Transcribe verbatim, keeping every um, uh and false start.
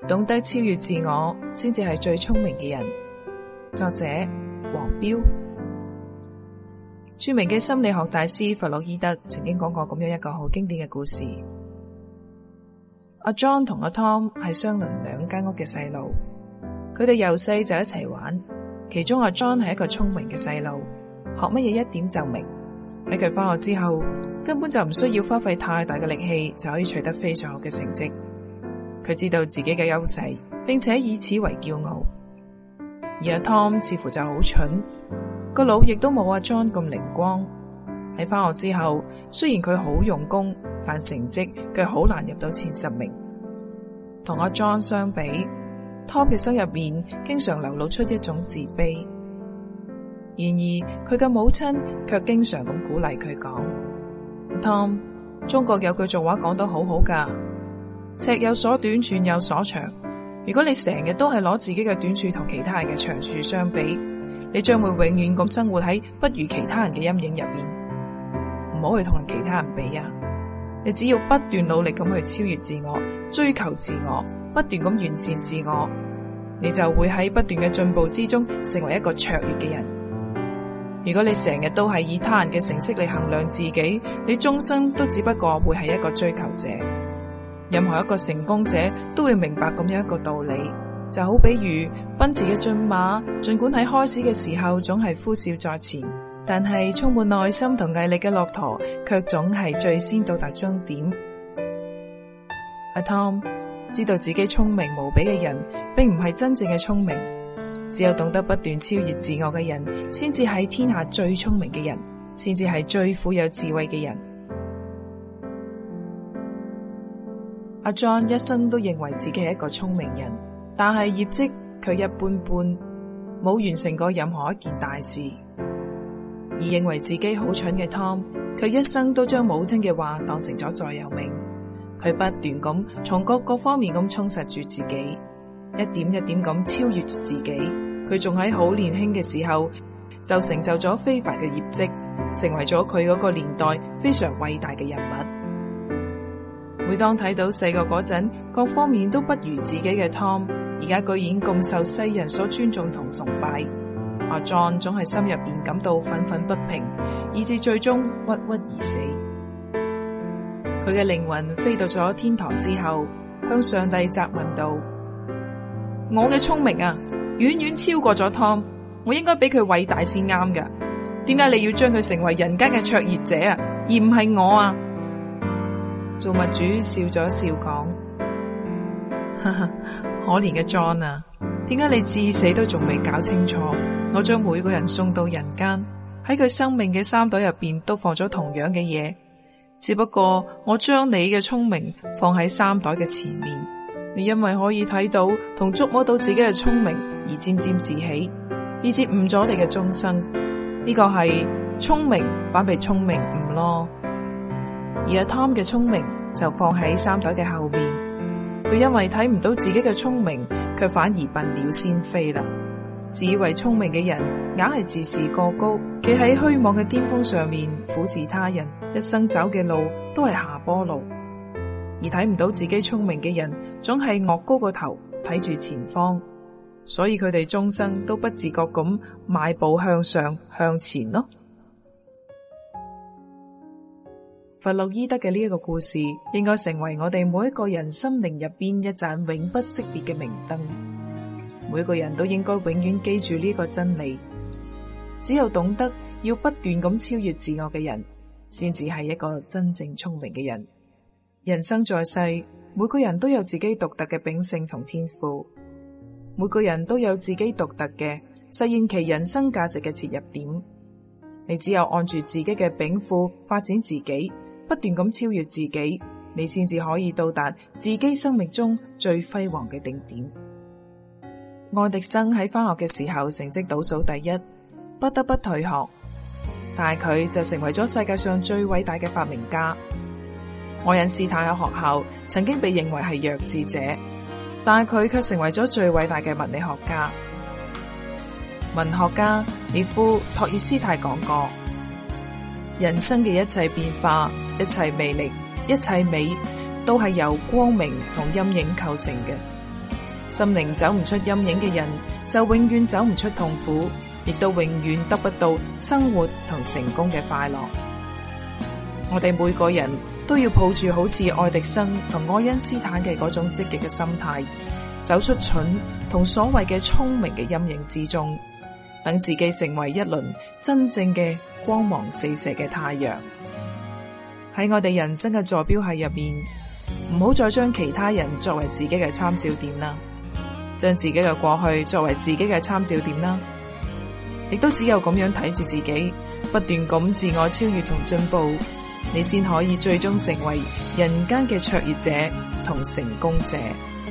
懂得超越自我，先至係最聰明嘅人。作者黃標。著名嘅心理學大師弗洛伊德曾經講過咁樣一個好經典嘅故事。阿 John 同阿 Tom 係相鄰兩間屋嘅細路，佢哋由細就一齊玩。其中阿 John 係一個聰明嘅細路，學乜嘢一點就明。喺佢返學之後，根本就唔需要花費太大嘅力氣就可以取得非常好嘅成績。佢知道自己嘅優勢，並且以此為驕傲。而阿 Tom 似乎就好蠢，個腦亦都冇阿 John 咁靈光。喺返學之後，雖然佢好用功，但成績佢好難入到前十名。同阿 John 相比， Tom 嘅心入面經常流露出一種自卑。然而佢嘅母親卻經常咁鼓勵佢講：Tom， 中國有句俗話講得好好噶，尺有所短，寸有所長。如果你成日都係攞自己嘅短處同其他人嘅長處相比，你將會永遠咁生活喺不如其他人嘅陰影入面。唔好去同人其他人比啊！你只要不斷努力咁去超越自我，追求自我，不斷咁完善自我，你就會喺不斷嘅進步之中成為一個卓越嘅人。如果你成日都係以他人嘅成績嚟衡量自己，你終生都只不過會係一個追求者。任何一個成功者都會明白咁樣一個道理，就好比如奔馳嘅駿馬，盡管喺開始嘅時候總係呼嘯在前，但係充滿耐心同毅力嘅駱駝卻總係最先到達終點。阿 Tom 知道自己聰明無比嘅人並唔係真正嘅聰明，只有懂得不斷超越自我嘅人先至係天下最聰明嘅人，先至係最富有智慧嘅人。阿 John 一生都認為自己係一個聰明人，但係業績卻一般般，冇完成過任何一件大事。而認為自己好蠢嘅 Tom 卻一生都將母親嘅話當成咗座右銘。佢不斷咁從各個方面咁充實住自己，一點一點咁超越住自己。佢仲喺好年輕嘅時候就成就咗非凡嘅業績，成為咗佢嗰個年代非常偉大嘅人物。每當睇到細個嗰陣各方面都不如自己嘅 Tom， 而家居然咁受世人所尊重同崇拜，阿 John 總係心入邊感到憤憤不平，以致最終鬱鬱而死。佢嘅靈魂飛到咗天堂之後，向上帝責問道：我嘅聰明啊，遠遠超過咗 Tom， 我應該比佢偉大先啱㗎。點解你要將佢成為人間嘅卓越者啊，而唔係我啊？造物主笑咗笑講：哈哈，可憐嘅 John 啊，點解你至死都仲未搞清楚？我將每個人送到人間，喺佢生命嘅衫袋入邊都放咗同樣嘅嘢，只不過我將你嘅聰明放喺衫袋嘅前面。你因為可以睇到同觸摸到自己嘅聰明而沾沾自喜，以致誤咗你嘅終生。呢個係聰明反被聰明誤咯。而阿 Tom 嘅聰明就放喺衫袋嘅後面，佢因為睇唔到自己嘅聰明，卻反而笨鳥先飛啦。自以為聰明嘅人硬係自視過高，企喺虛妄嘅巔峰上面俯視他人，一生走嘅路都係下坡路。而睇唔到自己聰明嘅人總係昂高個頭睇住前方，所以佢哋終生都不自覺咁邁步向上向前咯。弗洛伊德嘅呢一個故事應該成為我哋每一個人心靈入邊一盞永不熄滅嘅明燈。每個人都應該永遠記住呢個真理，只有懂得要不斷咁超越自我嘅人，先至係一個真正聰明嘅人。人生在世，每個人都有自己獨特嘅秉性同天賦，每個人都有自己獨特嘅實現其人生價值嘅切入點。你只有按住自己嘅稟賦發展自己，不斷咁超越自己，你先至可以到達自己生命中最輝煌嘅頂點。愛迪生喺返學嘅時候成績倒數第一，不得不退學，但係佢就成為咗世界上最偉大嘅發明家。愛因斯坦喺學校曾經被認為係弱智者，但係佢卻成為咗最偉大嘅物理學家。文學家列夫托爾斯泰講過：人生嘅一切變化、一切魅力、一切美，都係由光明同陰影構成嘅。 心靈走唔出陰影嘅人，就永遠走唔出痛苦，亦都永遠得不到生活同成功嘅快樂。我哋每個人都要抱住好似愛迪生同愛因斯坦嘅嗰種積極嘅心態，走出蠢同所謂嘅聰明嘅陰影之中，等自己成為一輪真正嘅光芒四射嘅太陽。喺我哋人生嘅坐標系入面，唔好再將其他人作為自己嘅參照點啦，將自己嘅過去作為自己嘅參照點啦，亦都只有咁樣睇住自己，不斷咁自我超越同進步，你先可以最終成為人間嘅卓越者同成功者。